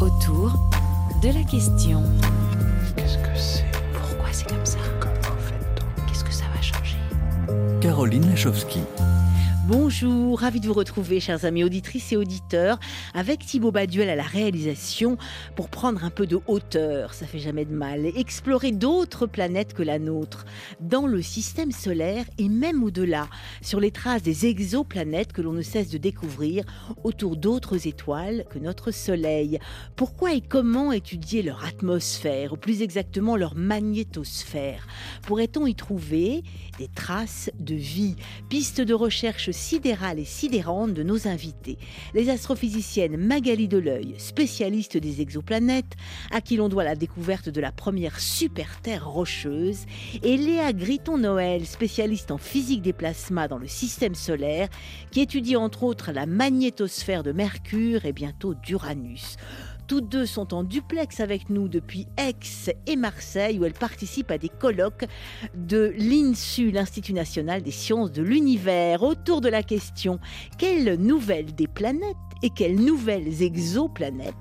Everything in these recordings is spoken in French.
Autour de la question. Qu'est-ce que c'est? Pourquoi c'est comme ça? Comment fait-on? Qu'est-ce que ça va changer? Caroline Lachowski. Bonjour, ravi de vous retrouver, chers amis auditrices et auditeurs, avec Thibaut Baduel à la réalisation pour prendre un peu de hauteur, ça fait jamais de mal, et explorer d'autres planètes que la nôtre, dans le système solaire et même au-delà, sur les traces des exoplanètes que l'on ne cesse de découvrir autour d'autres étoiles que notre Soleil. Pourquoi et comment étudier leur atmosphère, ou plus exactement leur magnétosphère? Pourrait-on y trouver des traces de vie? Piste de recherche sidérale et sidérante de nos invités. Les astrophysiciennes Magali Deleuil, spécialiste des exoplanètes, à qui l'on doit la découverte de la première super-terre rocheuse, et Léa Gritton-Noël, spécialiste en physique des plasmas dans le système solaire, qui étudie entre autres la magnétosphère de Mercure et bientôt d'Uranus. Toutes deux sont en duplex avec nous depuis Aix et Marseille, où elles participent à des colloques de l'INSU, l'Institut national des sciences de l'univers, autour de la question « Quelles nouvelles des planètes et quelles nouvelles exoplanètes ?»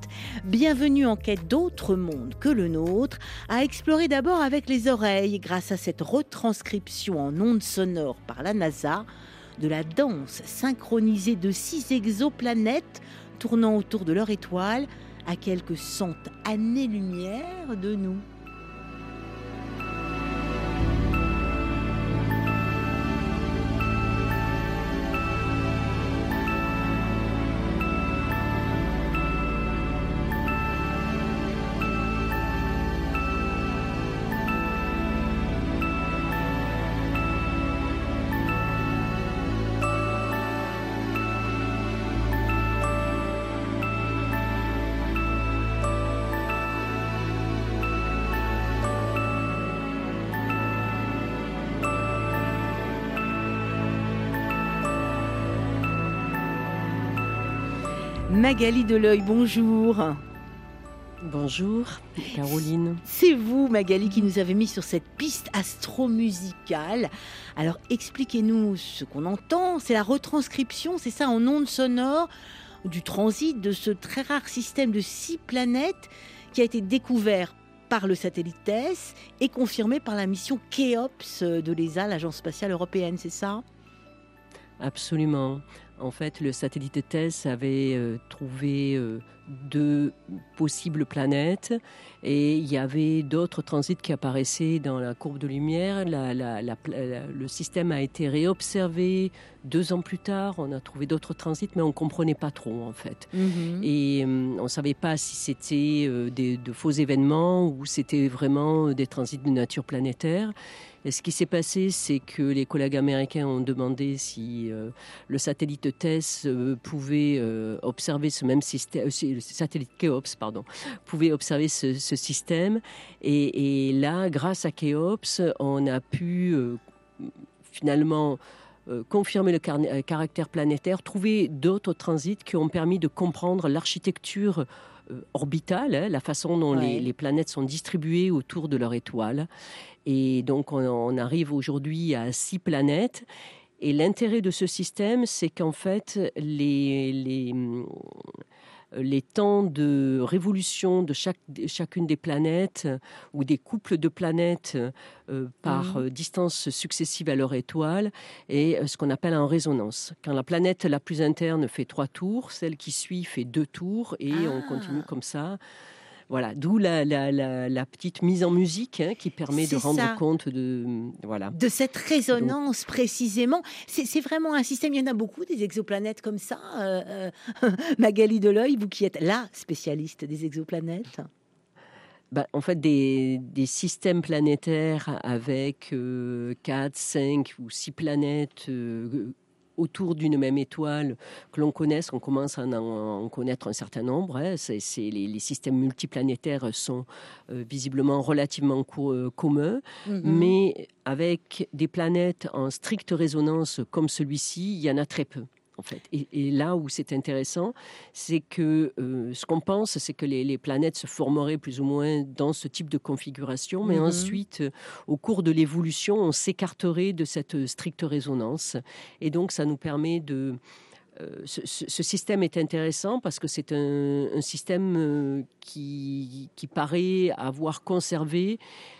Bienvenue en quête d'autres mondes que le nôtre, à explorer d'abord avec les oreilles, grâce à cette retranscription en ondes sonores par la NASA, de la danse synchronisée de 6 exoplanètes tournant autour de leur étoile, à quelques cent années-lumière de nous. Magali Deleuil, bonjour. Bonjour, Caroline. C'est vous, Magali, qui nous avez mis sur cette piste astromusicale. Alors, expliquez-nous ce qu'on entend. C'est la retranscription, c'est ça, en ondes sonores, du transit de ce très rare système de 6 planètes qui a été découvert par le satellite TESS et confirmé par la mission Khéops de l'ESA, l'Agence spatiale européenne, c'est ça ? Absolument. En fait, le satellite TESS avait trouvé 2 possibles planètes et il y avait d'autres transits qui apparaissaient dans la courbe de lumière. Le système a été réobservé 2 ans plus tard. On a trouvé d'autres transits, mais on ne comprenait pas trop, en fait. Et on ne savait pas si c'était de faux événements ou c'était vraiment des transits de nature planétaire. Et ce qui s'est passé, c'est que les collègues américains ont demandé si le satellite TESS pouvait observer ce même système, le satellite Khéops, pouvait observer ce système. Et là, grâce à Khéops, on a pu finalement confirmer le caractère planétaire, trouver d'autres transits qui ont permis de comprendre l'architecture orbitale, la façon dont les planètes sont distribuées autour de leur étoile. Et donc, on arrive aujourd'hui à 6 planètes. Et l'intérêt de ce système, c'est qu'en fait, les temps de révolution de chacune des planètes ou des couples de planètes par distance successive à leur étoile est ce qu'on appelle en résonance. Quand la planète la plus interne fait 3 tours, celle qui suit fait 2 tours et on continue comme ça. Voilà, d'où la petite mise en musique qui permet de rendre compte de cette résonance. Donc, précisément. C'est vraiment un système, il y en a beaucoup des exoplanètes comme ça. Magali Deleuil, vous qui êtes la spécialiste des exoplanètes. En fait, des systèmes planétaires avec 4, 5 ou 6 planètes autour d'une même étoile que l'on connaisse, on commence à en connaître un certain nombre. Les systèmes multiplanétaires sont visiblement relativement communs, mais avec des planètes en stricte résonance comme celui-ci, il y en a très peu. En fait. Et là où c'est intéressant, c'est que ce qu'on pense, c'est que les planètes se formeraient plus ou moins dans ce type de configuration, mais ensuite, au cours de l'évolution, on s'écarterait de cette stricte résonance. Et donc, ça nous permet de ce système est intéressant parce que c'est un système qui paraît avoir conservé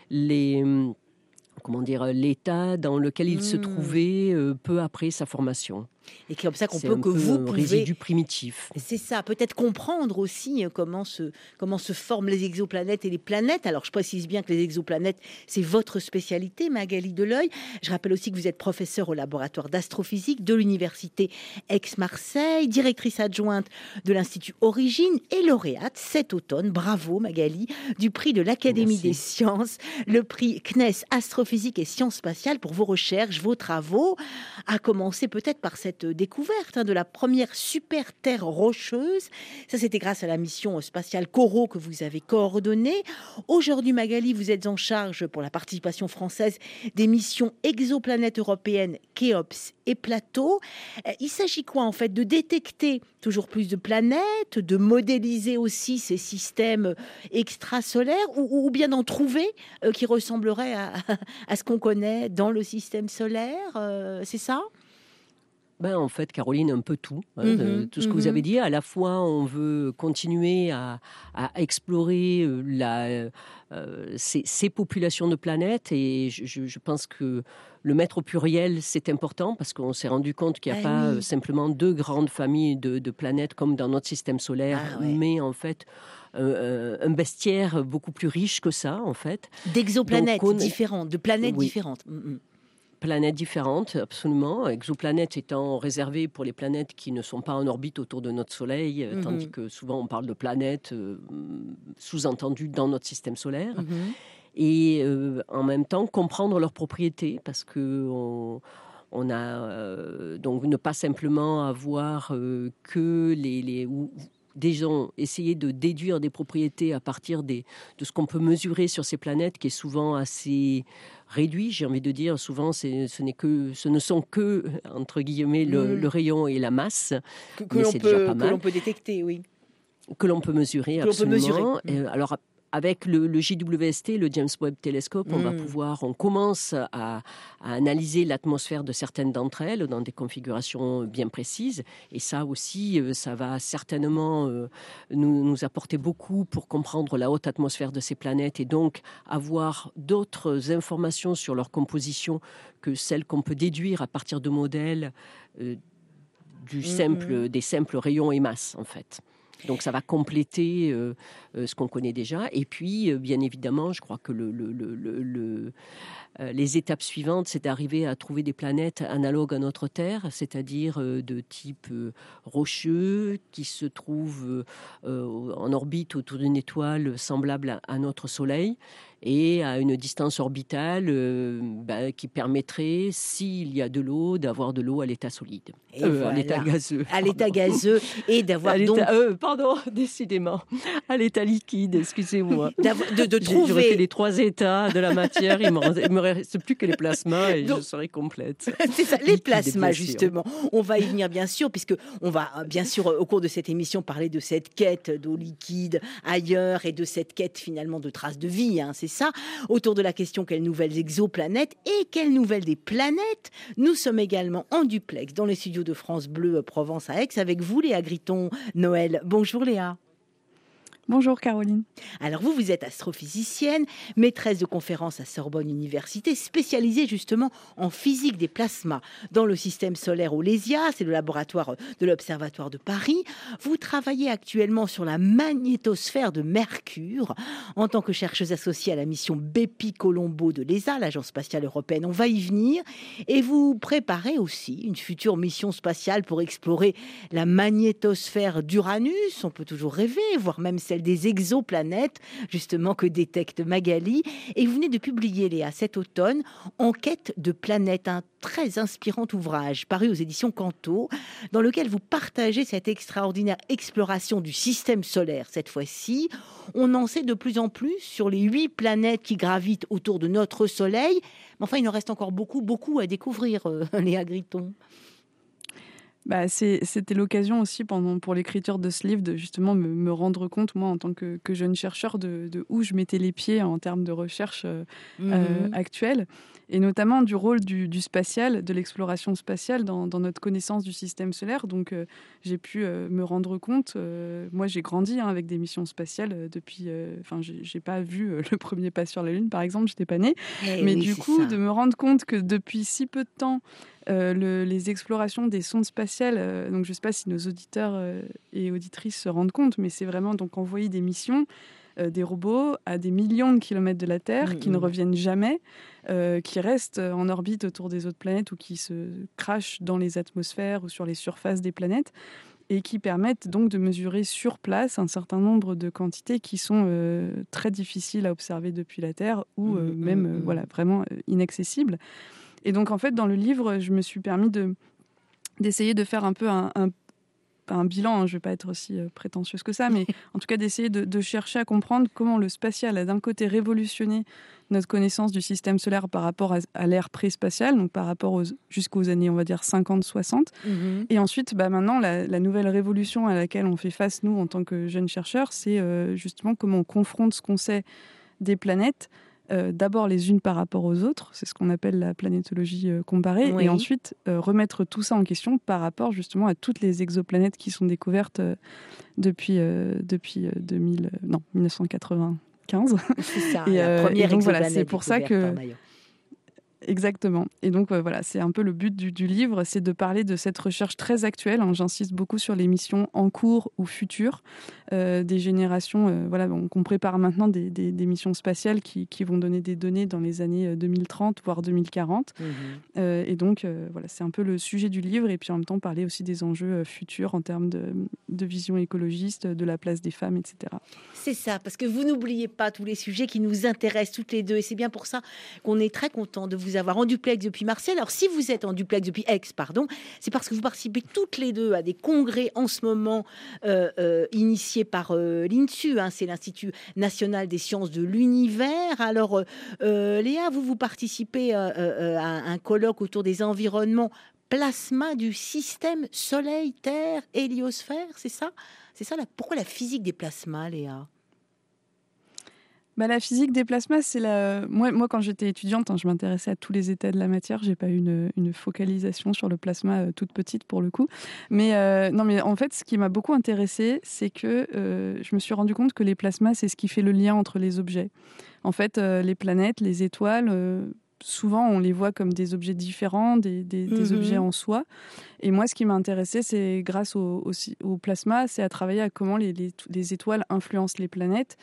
l'état dans lequel il se trouvait peu après sa formation. Et comme ça C'est un peu un résidu primitif. C'est ça, peut-être comprendre aussi comment se forment les exoplanètes et les planètes. Alors, je précise bien que les exoplanètes, c'est votre spécialité, Magali Deleuil. Je rappelle aussi que vous êtes professeure au laboratoire d'astrophysique de l'université Aix-Marseille, directrice adjointe de l'Institut Origine et lauréate cet automne, bravo Magali, du prix de l'Académie des sciences, le prix CNES Astrophysique et Sciences spatiales pour vos recherches, vos travaux, à commencer peut-être par cette découverte de la première super terre rocheuse. Ça, c'était grâce à la mission spatiale COROT que vous avez coordonnée. Aujourd'hui, Magali, vous êtes en charge pour la participation française des missions exoplanètes européennes Khéops et Plateau. Il s'agit quoi en fait? De détecter toujours plus de planètes, de modéliser aussi ces systèmes extrasolaires ou bien d'en trouver qui ressembleraient à ce qu'on connaît dans le système solaire, c'est ça? En fait, Caroline, un peu tout. Tout ce que vous avez dit. À la fois, on veut continuer à explorer ces populations de planètes. Et je pense que le mettre au pluriel, c'est important parce qu'on s'est rendu compte qu'il n'y a pas simplement deux grandes familles de planètes comme dans notre système solaire, mais en fait un bestiaire beaucoup plus riche que ça, en fait. D'exoplanètes différentes, de planètes différentes. Planètes différentes, absolument. Exoplanètes étant réservées pour les planètes qui ne sont pas en orbite autour de notre Soleil, tandis que souvent on parle de planètes sous-entendues dans notre système solaire. Et en même temps, comprendre leurs propriétés, parce que on a donc ne pas simplement avoir que des gens essayer de déduire des propriétés à partir de ce qu'on peut mesurer sur ces planètes, qui est souvent assez réduit, j'ai envie de dire. Souvent, ce ne sont que, entre guillemets, le rayon et la masse. Mais c'est déjà pas mal. Que l'on peut détecter, oui. Que l'on peut mesurer, absolument. Alors, avec le JWST, le James Webb Telescope, on commence à analyser l'atmosphère de certaines d'entre elles dans des configurations bien précises. Et ça aussi, ça va certainement nous apporter beaucoup pour comprendre la haute atmosphère de ces planètes et donc avoir d'autres informations sur leur composition que celles qu'on peut déduire à partir de modèles des simples rayons et masses, en fait. Donc ça va compléter ce qu'on connaît déjà. Et puis, bien évidemment, je crois que les étapes suivantes, c'est d'arriver à trouver des planètes analogues à notre Terre, c'est-à-dire de type rocheux, qui se trouvent en orbite autour d'une étoile semblable à notre Soleil, et à une distance orbitale qui permettrait, s'il y a de l'eau, d'avoir de l'eau à l'état solide. À l'état gazeux. À l'état gazeux et d'avoir décidément, à l'état liquide, excusez-moi. De trouver... J'aurais fait les 3 états de la matière, il me reste plus que les plasmas et je serai complète. C'est ça, les plasmas, justement. On va y venir, bien sûr, puisque on va, bien sûr, au cours de cette émission, parler de cette quête d'eau liquide ailleurs et de cette quête, finalement, de traces de vie, c'est ça, autour de la question quelles nouvelles exoplanètes et quelles nouvelles des planètes. Nous sommes également en duplex dans les studios de France Bleu Provence à Aix avec vous, Léa Gritton-Noël. Bonjour Léa. Bonjour Caroline. Alors vous êtes astrophysicienne, maîtresse de conférences à Sorbonne Université, spécialisée justement en physique des plasmas dans le système solaire au LESIA, c'est le laboratoire de l'Observatoire de Paris. Vous travaillez actuellement sur la magnétosphère de Mercure en tant que chercheuse associée à la mission Bepi-Colombo de l'ESA, l'Agence spatiale européenne. On va y venir. Et vous préparez aussi une future mission spatiale pour explorer la magnétosphère d'Uranus. On peut toujours rêver, voire même celle des exoplanètes, justement, que détecte Magali. Et vous venez de publier, Léa, cet automne, Enquête de planètes, un très inspirant ouvrage paru aux éditions Canto, dans lequel vous partagez cette extraordinaire exploration du système solaire. Cette fois-ci, on en sait de plus en plus sur les 8 planètes qui gravitent autour de notre Soleil. Mais enfin, il en reste encore beaucoup à découvrir, Léa Gritton. C'était l'occasion aussi pour l'écriture de ce livre de justement me rendre compte, moi, en tant que jeune chercheur, de où je mettais les pieds en termes de recherche actuelle, et notamment du rôle du spatial, de l'exploration spatiale dans notre connaissance du système solaire. Donc, j'ai pu me rendre compte, moi j'ai grandi avec des missions spatiales depuis... j'ai pas vu le premier pas sur la Lune, par exemple, j'étais pas née. Mais du coup, de me rendre compte que depuis si peu de temps, les explorations des sondes spatiales, donc je ne sais pas si nos auditeurs et auditrices se rendent compte, mais c'est vraiment donc envoyer des missions, des robots à des millions de kilomètres de la Terre qui ne reviennent jamais, qui restent en orbite autour des autres planètes ou qui se crachent dans les atmosphères ou sur les surfaces des planètes, et qui permettent donc de mesurer sur place un certain nombre de quantités qui sont très difficiles à observer depuis la Terre ou vraiment inaccessibles. Et donc, en fait, dans le livre, je me suis permis d'essayer de faire un peu un bilan. Je ne vais pas être aussi prétentieuse que ça, mais en tout cas d'essayer de chercher à comprendre comment le spatial a d'un côté révolutionné notre connaissance du système solaire par rapport à l'ère pré-spatiale, donc par rapport jusqu'aux années, on va dire, 50-60. Et ensuite, maintenant, la nouvelle révolution à laquelle on fait face, nous, en tant que jeunes chercheurs, c'est justement comment on confronte ce qu'on sait des planètes, d'abord les unes par rapport aux autres, c'est ce qu'on appelle la planétologie comparée, et ensuite remettre tout ça en question par rapport justement à toutes les exoplanètes qui sont découvertes depuis 1995. C'est ça, la première donc, exoplanète c'est pour ça que... par Exactement. Et donc, c'est un peu le but du livre, c'est de parler de cette recherche très actuelle. J'insiste beaucoup sur les missions en cours ou futures, des générations qu'on prépare maintenant des missions spatiales qui vont donner des données dans les années 2030, voire 2040. Et donc, c'est un peu le sujet du livre. Et puis, en même temps, parler aussi des enjeux futurs en termes de vision écologiste, de la place des femmes, etc. C'est ça, parce que vous n'oubliez pas tous les sujets qui nous intéressent toutes les deux. Et c'est bien pour ça qu'on est très content de vous avoir en duplex depuis Marseille. Alors, si vous êtes en duplex depuis Aix, c'est parce que vous participez toutes les deux à des congrès en ce moment initiés par l'INSU, c'est l'Institut national des sciences de l'univers. Alors, Léa, vous participez à un colloque autour des environnements plasma du système Soleil-Terre, héliosphère, c'est ça? Pourquoi la physique des plasmas, Léa? La physique des plasmas, c'est moi, quand j'étais étudiante, je m'intéressais à tous les états de la matière. J'ai pas eu une focalisation sur le plasma toute petite pour le coup. Mais en fait, ce qui m'a beaucoup intéressée, c'est que je me suis rendu compte que les plasmas, c'est ce qui fait le lien entre les objets. En fait, les planètes, les étoiles, souvent, on les voit comme des objets différents, des objets en soi. Et moi, ce qui m'a intéressée, c'est grâce au plasma, c'est à travailler à comment les étoiles influencent les planètes.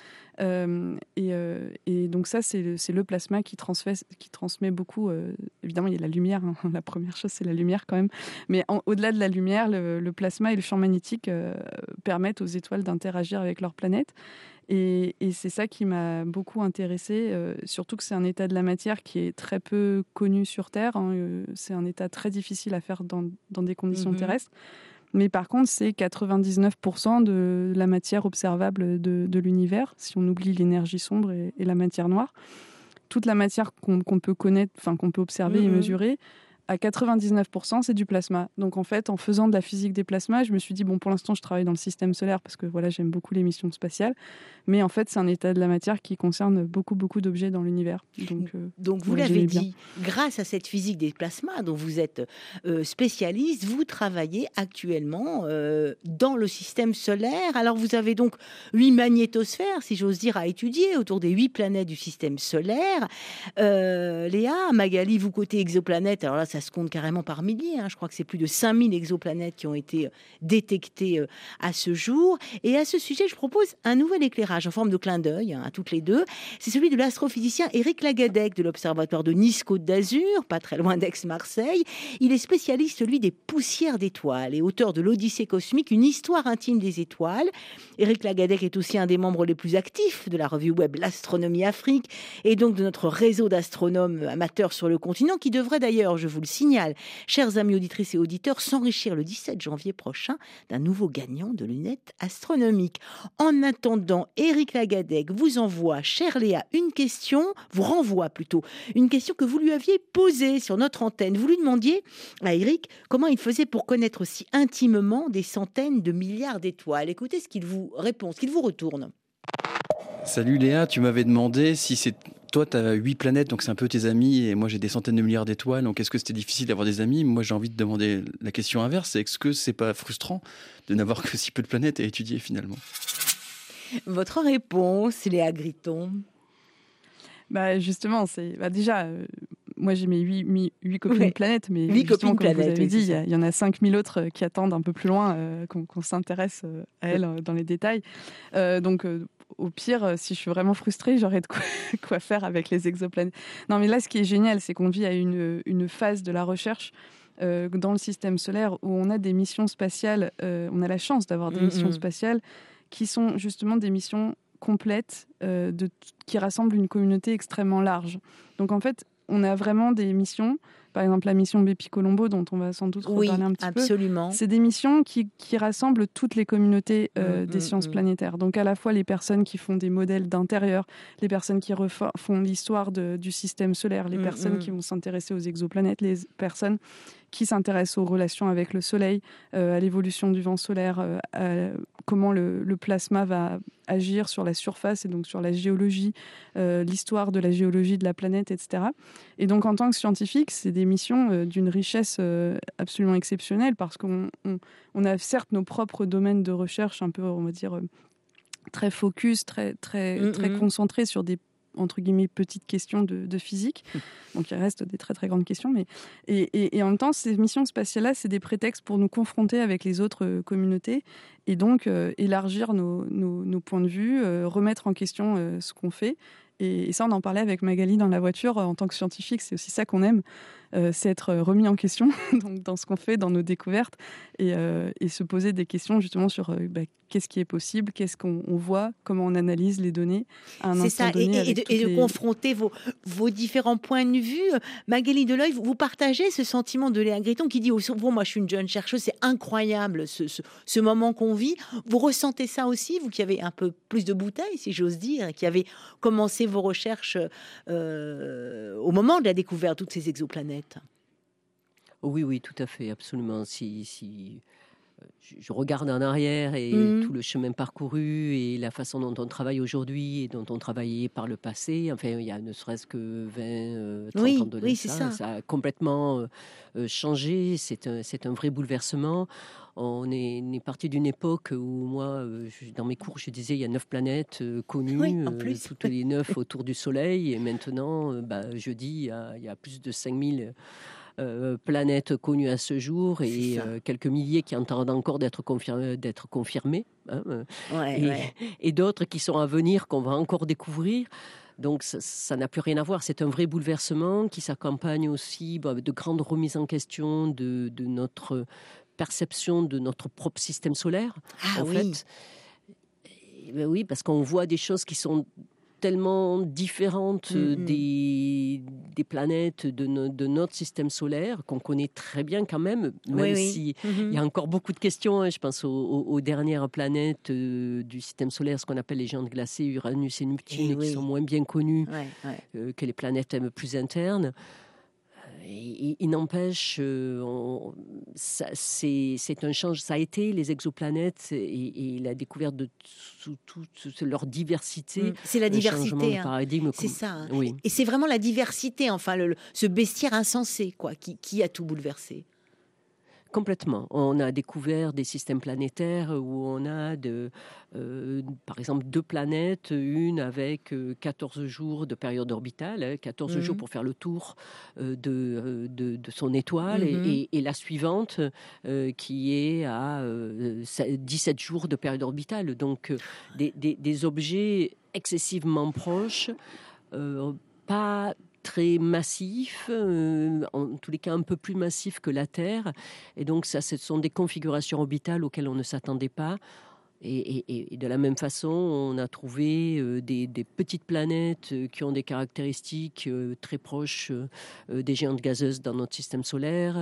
Et donc ça, c'est le plasma qui transmet beaucoup. Évidemment, il y a la lumière. La première chose, c'est la lumière quand même. Mais au-delà de la lumière, le plasma et le champ magnétique permettent aux étoiles d'interagir avec leurs planètes. Et c'est ça qui m'a beaucoup intéressée, surtout que c'est un état de la matière qui est très peu connu sur Terre. C'est un état très difficile à faire dans des conditions terrestres. Mais par contre, c'est 99% de la matière observable de l'univers, si on oublie l'énergie sombre et la matière noire. Toute la matière qu'on peut connaître, qu'on peut observer et mesurer, à 99%, c'est du plasma. Donc en fait, en faisant de la physique des plasmas, je me suis dit, pour l'instant, je travaille dans le système solaire parce que j'aime beaucoup les missions spatiales. Mais en fait, c'est un état de la matière qui concerne beaucoup, beaucoup d'objets dans l'univers. Donc vous l'avez dit, grâce à cette physique des plasmas dont vous êtes spécialiste, vous travaillez actuellement dans le système solaire. Alors vous avez donc 8 magnétosphères, si j'ose dire, à étudier autour des 8 planètes du système solaire. Léa, Magali, vous côté exoplanètes, alors là, ça se compte carrément par milliers. Je crois que c'est plus de 5000 exoplanètes qui ont été détectées à ce jour. Et à ce sujet, je propose un nouvel éclairage en forme de clin d'œil à toutes les deux. C'est celui de l'astrophysicien Éric Lagadec de l'Observatoire de Nice-Côte d'Azur, pas très loin d'Aix-Marseille. Il est spécialiste, lui, des poussières d'étoiles et auteur de l'Odyssée cosmique, une histoire intime des étoiles. Éric Lagadec est aussi un des membres les plus actifs de la revue web L'Astronomie Afrique et donc de notre réseau d'astronomes amateurs sur le continent qui devrait d'ailleurs, je vous le signale, chers amis auditrices et auditeurs, s'enrichir le 17 janvier prochain d'un nouveau gagnant de lunettes astronomiques. En attendant, Éric Lagadec vous envoie, chère Léa, vous renvoie plutôt, une question que vous lui aviez posée sur notre antenne. Vous lui demandiez à Éric comment il faisait pour connaître aussi intimement des centaines de milliards d'étoiles. Écoutez ce qu'il vous répond, ce qu'il vous retourne. Salut Léa, tu m'avais demandé si c'est... Toi, tu as 8 planètes, donc c'est un peu tes amis, et moi j'ai des centaines de milliards d'étoiles, donc est-ce que c'était difficile d'avoir des amis ? Moi j'ai envie de demander la question inverse, est-ce que c'est pas frustrant de n'avoir que si peu de planètes à étudier finalement ? Votre réponse, Léa Gritton? Justement, déjà, moi j'ai mes 8 copines de planètes, mais 8 justement, copines comme planètes, vous avez dit, il y en a 5000 autres qui attendent un peu plus loin, qu'on s'intéresse à elles dans les détails. Donc, au pire, si je suis vraiment frustrée, j'aurais de quoi faire avec les exoplanètes. Non, mais là, ce qui est génial, c'est qu'on vit à une phase de la recherche dans le système solaire où on a des missions spatiales, on a la chance d'avoir des missions spatiales qui sont justement des missions complètes qui rassemblent une communauté extrêmement large. Donc en fait, on a vraiment des missions, par exemple la mission Bepi-Colombo dont on va sans doute reparler un petit absolument. peu. C'est des missions qui rassemblent toutes les communautés des sciences planétaires. Donc à la fois les personnes qui font des modèles d'intérieur, les personnes qui font l'histoire du système solaire, les personnes qui vont s'intéresser aux exoplanètes, les personnes qui s'intéressent aux relations avec le Soleil, à l'évolution du vent solaire, à comment le plasma va agir sur la surface et donc sur la géologie, l'histoire de la géologie de la planète, etc. Et donc en tant que scientifique, c'est des missions d'une richesse absolument exceptionnelle parce qu'on a certes nos propres domaines de recherche un peu, on va dire, très focus, très concentrés sur des entre guillemets petites questions de physique, donc il reste des très très grandes questions, mais et en même temps ces missions spatiales-là c'est des prétextes pour nous confronter avec les autres communautés et donc élargir nos points de vue, remettre en question ce qu'on fait. Et ça, on en parlait avec Magali dans la voiture. En tant que scientifique, c'est aussi ça qu'on aime, c'est être remis en question donc, dans ce qu'on fait, dans nos découvertes, et se poser des questions justement sur qu'est-ce qui est possible, qu'est-ce qu'on voit, comment on analyse les données à un instant donné. Et de confronter vos différents points de vue. Magali Deleuil, vous partagez ce sentiment de Léa Gritton qui dit au fond, moi je suis une jeune chercheuse, c'est incroyable ce moment qu'on vit. Vous ressentez ça aussi, vous qui avez un peu plus de bouteilles, si j'ose dire, qui avez commencé vos recherches au moment de la découverte de toutes ces exoplanètes? Oui, tout à fait, absolument. Si je regarde en arrière et tout le chemin parcouru et la façon dont on travaille aujourd'hui et dont on travaillait par le passé, enfin, il y a ne serait-ce que 20, 30 ans de ça a complètement changé. C'est un vrai bouleversement. On est parti d'une époque où moi, dans mes cours, je disais il y a 9 planètes connues, toutes les 9 autour du Soleil. Et maintenant, je dis il y a plus de 5000 planètes connues à ce jour et quelques milliers qui entendent encore d'être confirmées. Et d'autres qui sont à venir, qu'on va encore découvrir. Donc ça n'a plus rien à voir. C'est un vrai bouleversement qui s'accompagne aussi de grandes remises en question de notre perception de notre propre système solaire. Fait. Oui, parce qu'on voit des choses qui sont tellement différentes des planètes de notre système solaire qu'on connaît très bien quand même si il y a encore beaucoup de questions. Je pense aux dernières planètes du système solaire, ce qu'on appelle les géantes glacées, Uranus et Neptune, qui sont moins bien connues que les planètes plus internes. Il n'empêche, c'est un change. Ça a été les exoplanètes et la découverte de toute leur diversité. C'est la diversité, de paradigme. C'est ça. Oui. Et c'est vraiment la diversité, enfin, ce bestiaire insensé, qui a tout bouleversé. Complètement. On a découvert des systèmes planétaires où on a par exemple 2 planètes, une avec 14 jours de période orbitale, 14 jours pour faire le tour de son étoile, et la suivante qui est à 17 jours de période orbitale. Donc des objets excessivement proches, pas très massif, en tous les cas un peu plus massif que la Terre. Et donc ça, ce sont des configurations orbitales auxquelles on ne s'attendait pas. Et de la même façon, on a trouvé des petites planètes qui ont des caractéristiques très proches des géantes gazeuses dans notre système solaire,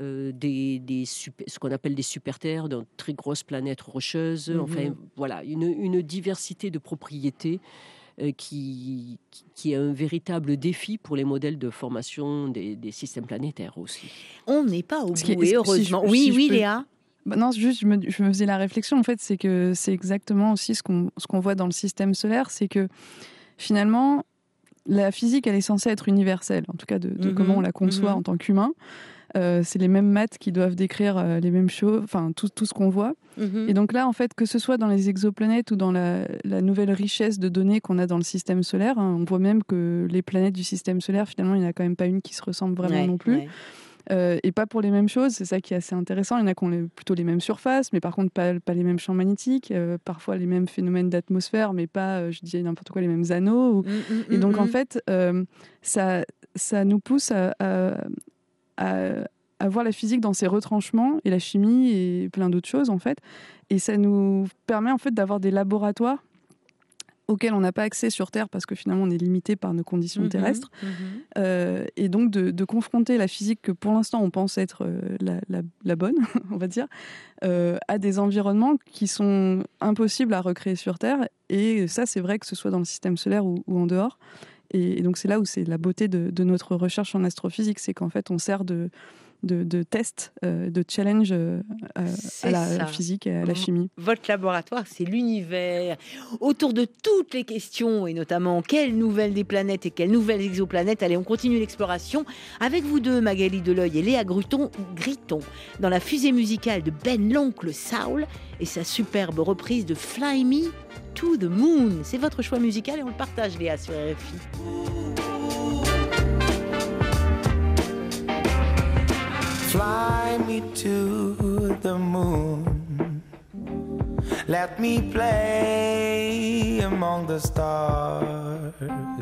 ce qu'on appelle des super-terres, donc très grosses planètes rocheuses. Enfin, voilà, une diversité de propriétés qui est un véritable défi pour les modèles de formation des systèmes planétaires aussi. On n'est pas au bout, et heureusement. Oui, Léa. Non, juste, je me faisais la réflexion, en fait, c'est que c'est exactement aussi ce qu'on voit dans le système solaire, c'est que finalement, la physique, elle est censée être universelle, en tout cas de comment on la conçoit en tant qu'humain. C'est les mêmes maths qui doivent décrire les mêmes choses, enfin tout ce qu'on voit. Et donc là, en fait, que ce soit dans les exoplanètes ou dans la nouvelle richesse de données qu'on a dans le système solaire, on voit même que les planètes du système solaire, finalement, il n'y en a quand même pas une qui se ressemble vraiment non plus. Ouais. Et pas pour les mêmes choses, c'est ça qui est assez intéressant. Il y en a qui ont plutôt les mêmes surfaces, mais par contre pas les mêmes champs magnétiques, parfois les mêmes phénomènes d'atmosphère, mais pas, je dis n'importe quoi, les mêmes anneaux. Et donc en fait, ça nous pousse à voir la physique dans ses retranchements et la chimie et plein d'autres choses en fait. Et ça nous permet en fait d'avoir des laboratoires auxquels on n'a pas accès sur Terre parce que finalement on est limité par nos conditions terrestres. Et donc de confronter la physique que pour l'instant on pense être la bonne, on va dire, à des environnements qui sont impossibles à recréer sur Terre. Et ça, c'est vrai que ce soit dans le système solaire ou en dehors. Et donc c'est là où c'est la beauté de notre recherche en astrophysique, c'est qu'en fait on sert de test, de challenge à la physique et à la chimie. Votre laboratoire, c'est l'univers. Autour de toutes les questions, et notamment quelles nouvelles des planètes et quelles nouvelles exoplanètes. Allez, on continue l'exploration avec vous deux, Magali Deleuil et Léa Griton, dans la fusée musicale de Ben l'Oncle Soul et sa superbe reprise de Fly Me to the Moon. C'est votre choix musical et on le partage, Léa, sur RFI. Fly me to the moon. Let me play among the stars.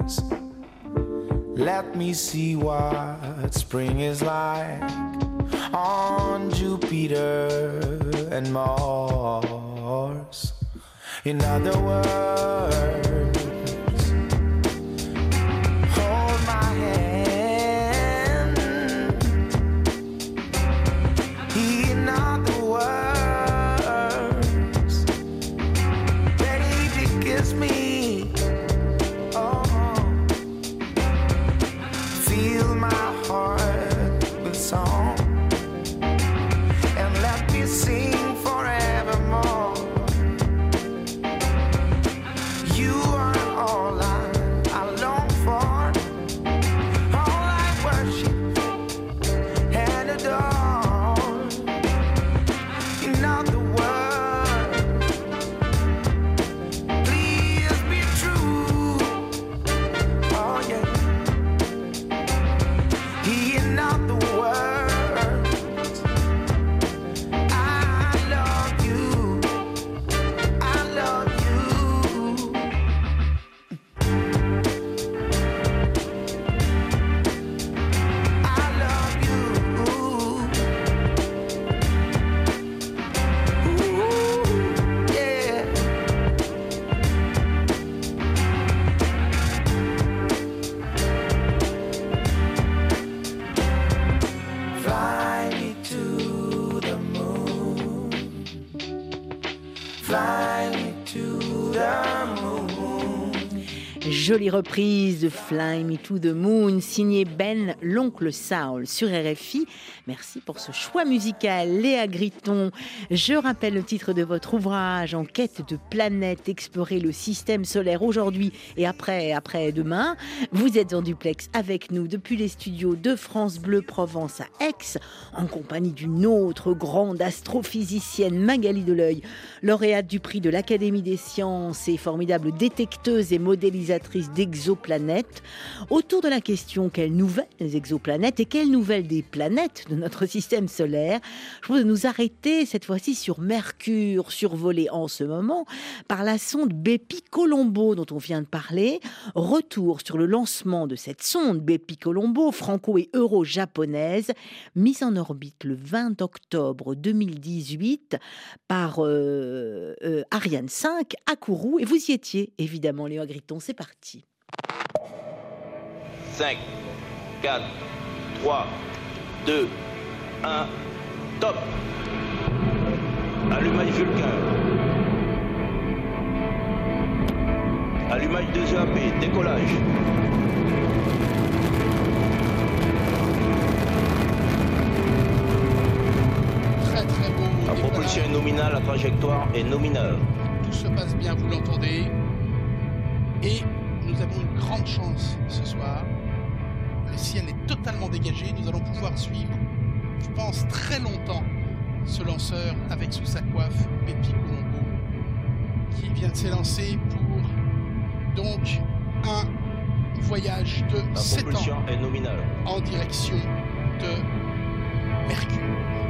Let me see what spring is like on Jupiter and Mars. In other words, hold my hand. In other words, baby, kiss me. Oh, fill my heart with song and let me sing forevermore. You are all I long for, all I worship and adore. In other words, please be true. Oh yeah. In other words, I love you. I love you. I love you. Ooh, yeah. Fly me to the moon. Fly me to the moon. Jolie reprise de Fly Me to the Moon, signée Ben l'Oncle Soul sur RFI. Merci pour ce choix musical, Léa Griton. Je rappelle le titre de votre ouvrage, En quête de planètes, explorer le système solaire aujourd'hui et après-demain. Vous êtes en duplex avec nous depuis les studios de France Bleu Provence à Aix, en compagnie d'une autre grande astrophysicienne, Magali Deleuil, lauréate du prix de l'Académie des sciences et formidable détecteuse et modélisatrice observatrice d'exoplanètes, autour de la question quelles nouvelles exoplanètes et quelles nouvelles des planètes de notre système solaire. Je propose de nous arrêter cette fois-ci sur Mercure, survolé en ce moment par la sonde Bepi-Colombo dont on vient de parler. Retour sur le lancement de cette sonde Bepi-Colombo, franco- et euro-japonaise, mise en orbite le 20 octobre 2018 par Ariane 5 à Kourou. Et vous y étiez, évidemment, Léa Gritton. C'est parti. 5, 4, 3, 2, 1, top. Allumage Vulcain. Allumage 2EAP, décollage. Très très beau. La propulsion est nominale, la trajectoire est nominale. Tout se passe bien, vous l'entendez. Et nous avons une grande chance ce soir. Le ciel est totalement dégagé. Nous allons pouvoir suivre, je pense, très longtemps ce lanceur avec sous sa coiffe Bepi-Colombo qui vient de s'élancer pour donc un voyage de La 7 propulsion ans est nominale. en direction de Mercure.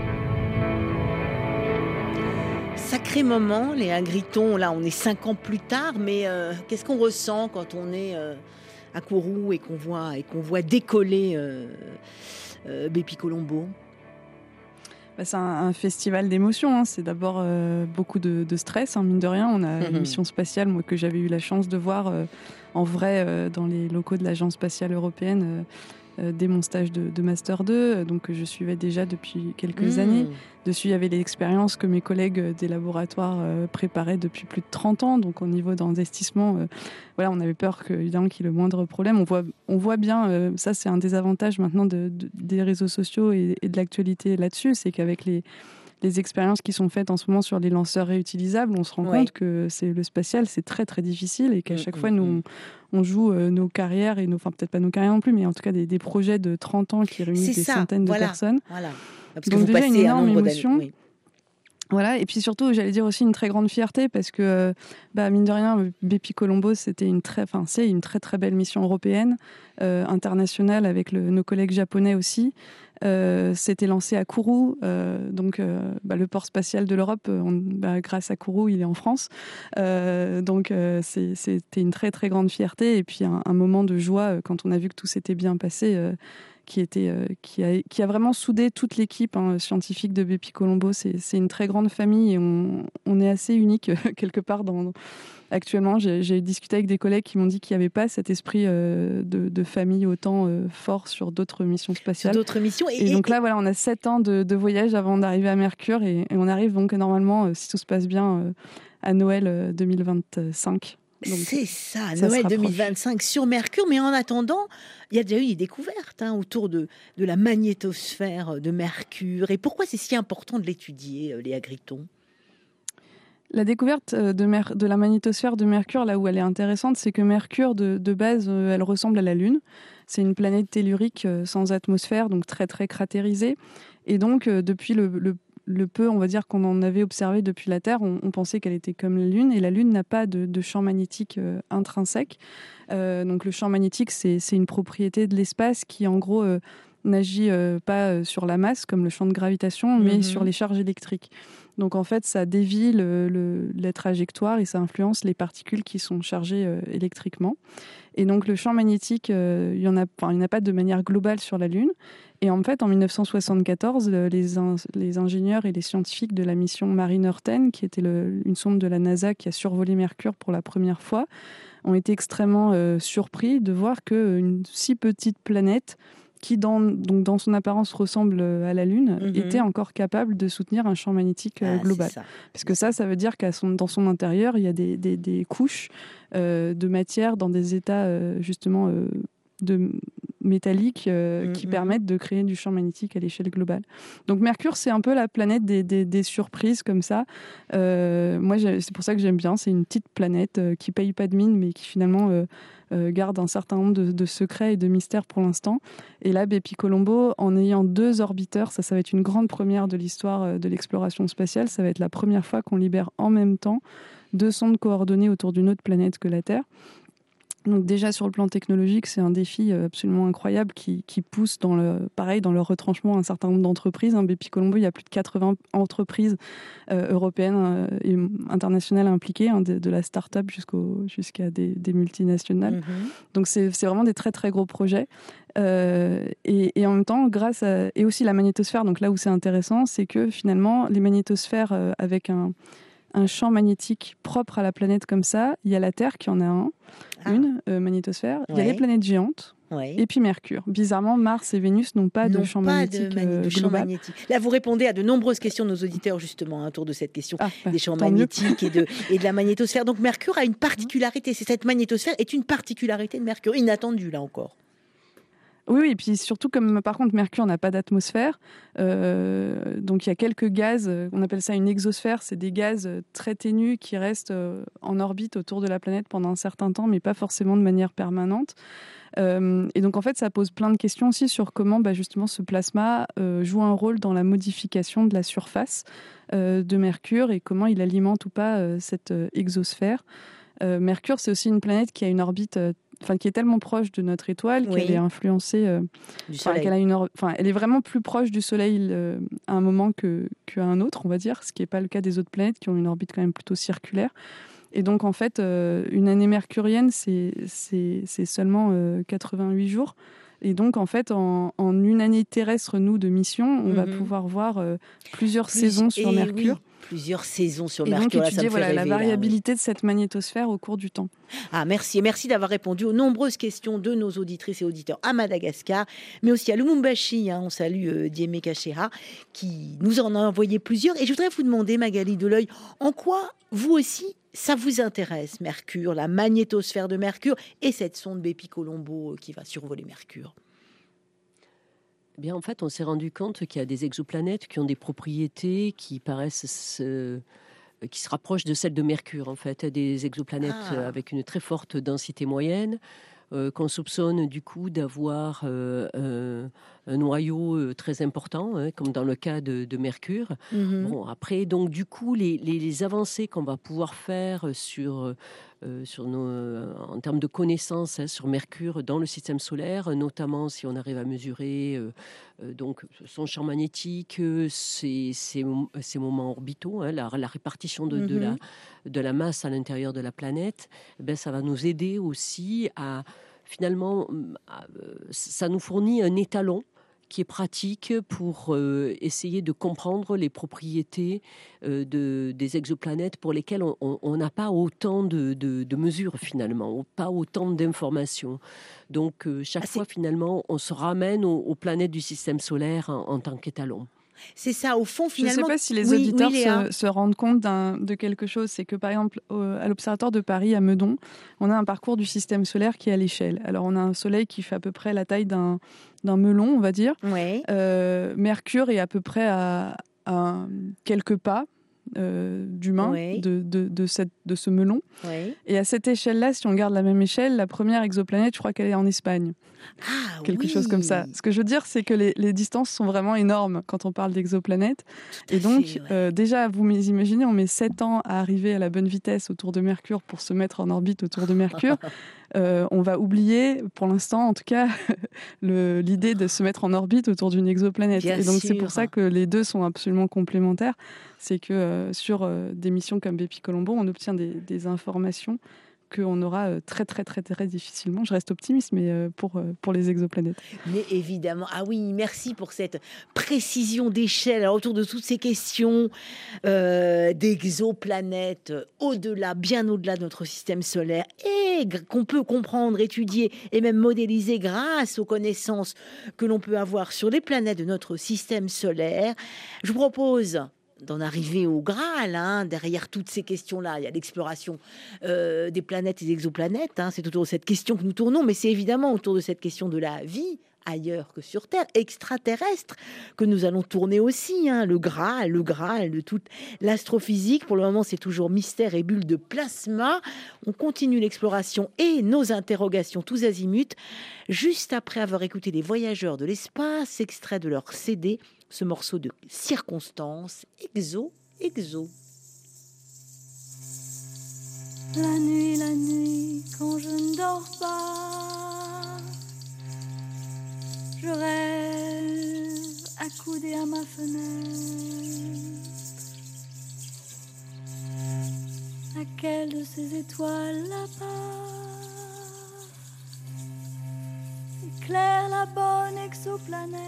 Sacré moment, Léa Gritton. Là, on est 5 ans plus tard, mais qu'est-ce qu'on ressent quand on est à Kourou et qu'on voit décoller Bepi-Colombo? C'est un festival d'émotions. Hein. C'est d'abord beaucoup de stress, hein, mine de rien. On a une mission spatiale, moi, que j'avais eu la chance de voir en vrai dans les locaux de l'Agence spatiale européenne dès mon stage de Master 2, donc que je suivais déjà depuis quelques années. Dessus, il y avait l'expérience que mes collègues des laboratoires préparaient depuis plus de 30 ans. Donc, au niveau d'investissement, voilà, on avait peur évidemment qu'il y ait le moindre problème. On voit bien, ça c'est un des avantages maintenant des réseaux sociaux et de l'actualité là-dessus, c'est qu'avec les expériences qui sont faites en ce moment sur les lanceurs réutilisables, on se rend compte que le spatial, c'est très très difficile et qu'à chaque fois, nous, on joue nos carrières, enfin peut-être pas nos carrières non plus, mais en tout cas des projets de 30 ans qui réunissent des centaines de personnes. Voilà. Parce donc déjà une énorme émotion. Oui. Voilà, et puis surtout, j'allais dire aussi une très grande fierté parce que, mine de rien, Bepi-Colombo, c'est une très très belle mission européenne, internationale avec nos collègues japonais aussi. C'était lancé à Kourou, le port spatial de l'Europe, grâce à Kourou, il est en France. C'était une très très grande fierté et puis un moment de joie quand on a vu que tout s'était bien passé. Qui a vraiment soudé toute l'équipe scientifique de Bepi-Colombo. C'est une très grande famille et on est assez unique quelque part. Actuellement, j'ai discuté avec des collègues qui m'ont dit qu'il n'y avait pas cet esprit de famille autant fort sur d'autres missions spatiales. Sur d'autres missions. Et donc là, voilà, on a 7 ans de voyage avant d'arriver à Mercure et on arrive donc normalement, si tout se passe bien, à Noël 2025. Donc, c'est ça, Noël 2025 sur Mercure. Mais en attendant, il y a déjà eu des découvertes autour de la magnétosphère de Mercure. Et pourquoi c'est si important de l'étudier, Léa Gritton ? La découverte de la magnétosphère de Mercure, là où elle est intéressante, c'est que Mercure, de base, elle ressemble à la Lune. C'est une planète tellurique sans atmosphère, donc très très cratérisée. Et donc, depuis le peu, on va dire, qu'on en avait observé depuis la Terre, on pensait qu'elle était comme la Lune, et la Lune n'a pas de champ magnétique intrinsèque. Donc le champ magnétique, c'est une propriété de l'espace qui, en gros, n'agit pas sur la masse, comme le champ de gravitation, mais sur les charges électriques. Donc en fait, ça dévie la trajectoire et ça influence les particules qui sont chargées électriquement. Et donc le champ magnétique, il n'y en a pas de manière globale sur la Lune. Et en fait, en 1974, les ingénieurs et les scientifiques de la mission Mariner 10, qui était une sonde de la NASA qui a survolé Mercure pour la première fois, ont été extrêmement surpris de voir qu'une si petite planète, qui dans son apparence ressemble à la Lune, était encore capable de soutenir un champ magnétique global. Parce que ça veut dire dans son intérieur, il y a des couches de matière dans des états justement métalliques qui permettent de créer du champ magnétique à l'échelle globale. Donc Mercure, c'est un peu la planète des surprises comme ça. Moi, c'est pour ça que j'aime bien. C'est une petite planète qui paye pas de mine, mais qui finalement garde un certain nombre de secrets et de mystères pour l'instant. Et là, Bepi-Colombo, en ayant 2 orbiteurs, ça va être une grande première de l'histoire de l'exploration spatiale. Ça va être la première fois qu'on libère en même temps 2 sondes coordonnées autour d'une autre planète que la Terre. Donc déjà sur le plan technologique, c'est un défi absolument incroyable qui pousse dans leur retranchement un certain nombre d'entreprises. BP Colombo, il y a plus de 80 entreprises européennes et internationales impliquées, de la start-up jusqu'à des multinationales. Donc c'est vraiment des très très gros projets. Et en même temps, et aussi la magnétosphère, donc là où c'est intéressant, c'est que finalement les magnétosphères avec un champ magnétique propre à la planète comme ça, il y a la Terre qui en a une magnétosphère, il y a les planètes géantes, et puis Mercure. Bizarrement, Mars et Vénus n'ont pas de champ magnétique global. Là, vous répondez à de nombreuses questions de nos auditeurs, justement, autour de cette question des champs magnétiques et de la magnétosphère. Donc Mercure a une particularité, cette magnétosphère est une particularité de Mercure, inattendue là encore. Oui, et puis surtout, comme par contre Mercure n'a pas d'atmosphère, donc il y a quelques gaz, on appelle ça une exosphère, c'est des gaz très ténus qui restent en orbite autour de la planète pendant un certain temps, mais pas forcément de manière permanente. Et donc en fait, ça pose plein de questions aussi sur comment justement ce plasma joue un rôle dans la modification de la surface de Mercure et comment il alimente ou pas cette exosphère. Mercure, c'est aussi une planète qui a une orbite qui est tellement proche de notre étoile qu'elle est influencée du Soleil. Elle est vraiment plus proche du Soleil à un moment qu'à un autre, on va dire, ce qui n'est pas le cas des autres planètes qui ont une orbite quand même plutôt circulaire. Et donc en fait, une année mercurienne, c'est seulement 88 jours. Et donc, en fait, en une année terrestre, nous, de mission, on va pouvoir voir plusieurs saisons sur Mercure. Oui. Plusieurs saisons sur et Mercure. Et donc, étudier la variabilité de cette magnétosphère au cours du temps. Merci. Et merci d'avoir répondu aux nombreuses questions de nos auditrices et auditeurs à Madagascar, mais aussi à Lumumbashi. On salue Diémé Kachera, qui nous en a envoyé plusieurs. Et je voudrais vous demander, Magali Deleuil, en quoi, vous aussi, ça vous intéresse, Mercure, la magnétosphère de Mercure et cette sonde BP Colombo qui va survoler Mercure? Eh bien, en fait, on s'est rendu compte qu'il y a des exoplanètes qui ont des propriétés qui paraissent qui se rapprochent de celles de Mercure, en fait, des exoplanètes avec une très forte densité moyenne, qu'on soupçonne du coup d'avoir un noyau très important, comme dans le cas de Mercure. Bon, après, donc du coup, les avancées qu'on va pouvoir faire en termes de connaissances sur Mercure dans le système solaire, notamment si on arrive à mesurer donc son champ magnétique, ses moments orbitaux, la répartition de la masse à l'intérieur de la planète, ça va nous aider aussi à finalement, ça nous fournit un étalon qui est pratique pour essayer de comprendre les propriétés des exoplanètes pour lesquelles on n'a pas autant de mesures finalement, pas autant d'informations. Donc chaque fois finalement, on se ramène aux planètes du système solaire en tant qu'étalon. C'est ça, au fond, finalement. Je ne sais pas si les auditeurs se rendent compte de quelque chose. C'est que, par exemple, à l'Observatoire de Paris, à Meudon, on a un parcours du système solaire qui est à l'échelle. Alors, on a un soleil qui fait à peu près la taille d'un melon, on va dire. Ouais. Mercure est à peu près à quelques pas d'humain de ce melon. Ouais. Et à cette échelle-là, si on garde la même échelle, la première exoplanète, je crois qu'elle est en Espagne. Quelque chose comme ça. Ce que je veux dire, c'est que les distances sont vraiment énormes quand on parle d'exoplanètes. Et donc, déjà, vous imaginez, on met 7 ans à arriver à la bonne vitesse autour de Mercure pour se mettre en orbite autour de Mercure. On va oublier, pour l'instant en tout cas, l'idée de se mettre en orbite autour d'une exoplanète. Et donc c'est pour ça que les deux sont absolument complémentaires. C'est que sur des missions comme BP Colombo, on obtient des informations qu'on aura très très très très difficilement. Je reste optimiste, mais pour les exoplanètes. Mais évidemment, merci pour cette précision d'échelle autour de toutes ces questions d'exoplanètes bien au-delà de notre système solaire et qu'on peut comprendre, étudier et même modéliser grâce aux connaissances que l'on peut avoir sur les planètes de notre système solaire. Je vous propose d'en arriver au Graal, derrière toutes ces questions-là. Il y a l'exploration des planètes et des exoplanètes. C'est autour de cette question que nous tournons, mais c'est évidemment autour de cette question de la vie ailleurs que sur Terre, extraterrestre, que nous allons tourner aussi. Le Graal de toute l'astrophysique. Pour le moment, c'est toujours mystère et bulles de plasma. On continue l'exploration et nos interrogations tous azimuts, juste après avoir écouté les voyageurs de l'espace, extrait de leur CD, ce morceau de circonstance, Exo. La nuit, quand je ne dors pas. Je rêve accoudée à ma fenêtre. Laquelle de ces étoiles là-bas éclaire la bonne exoplanète?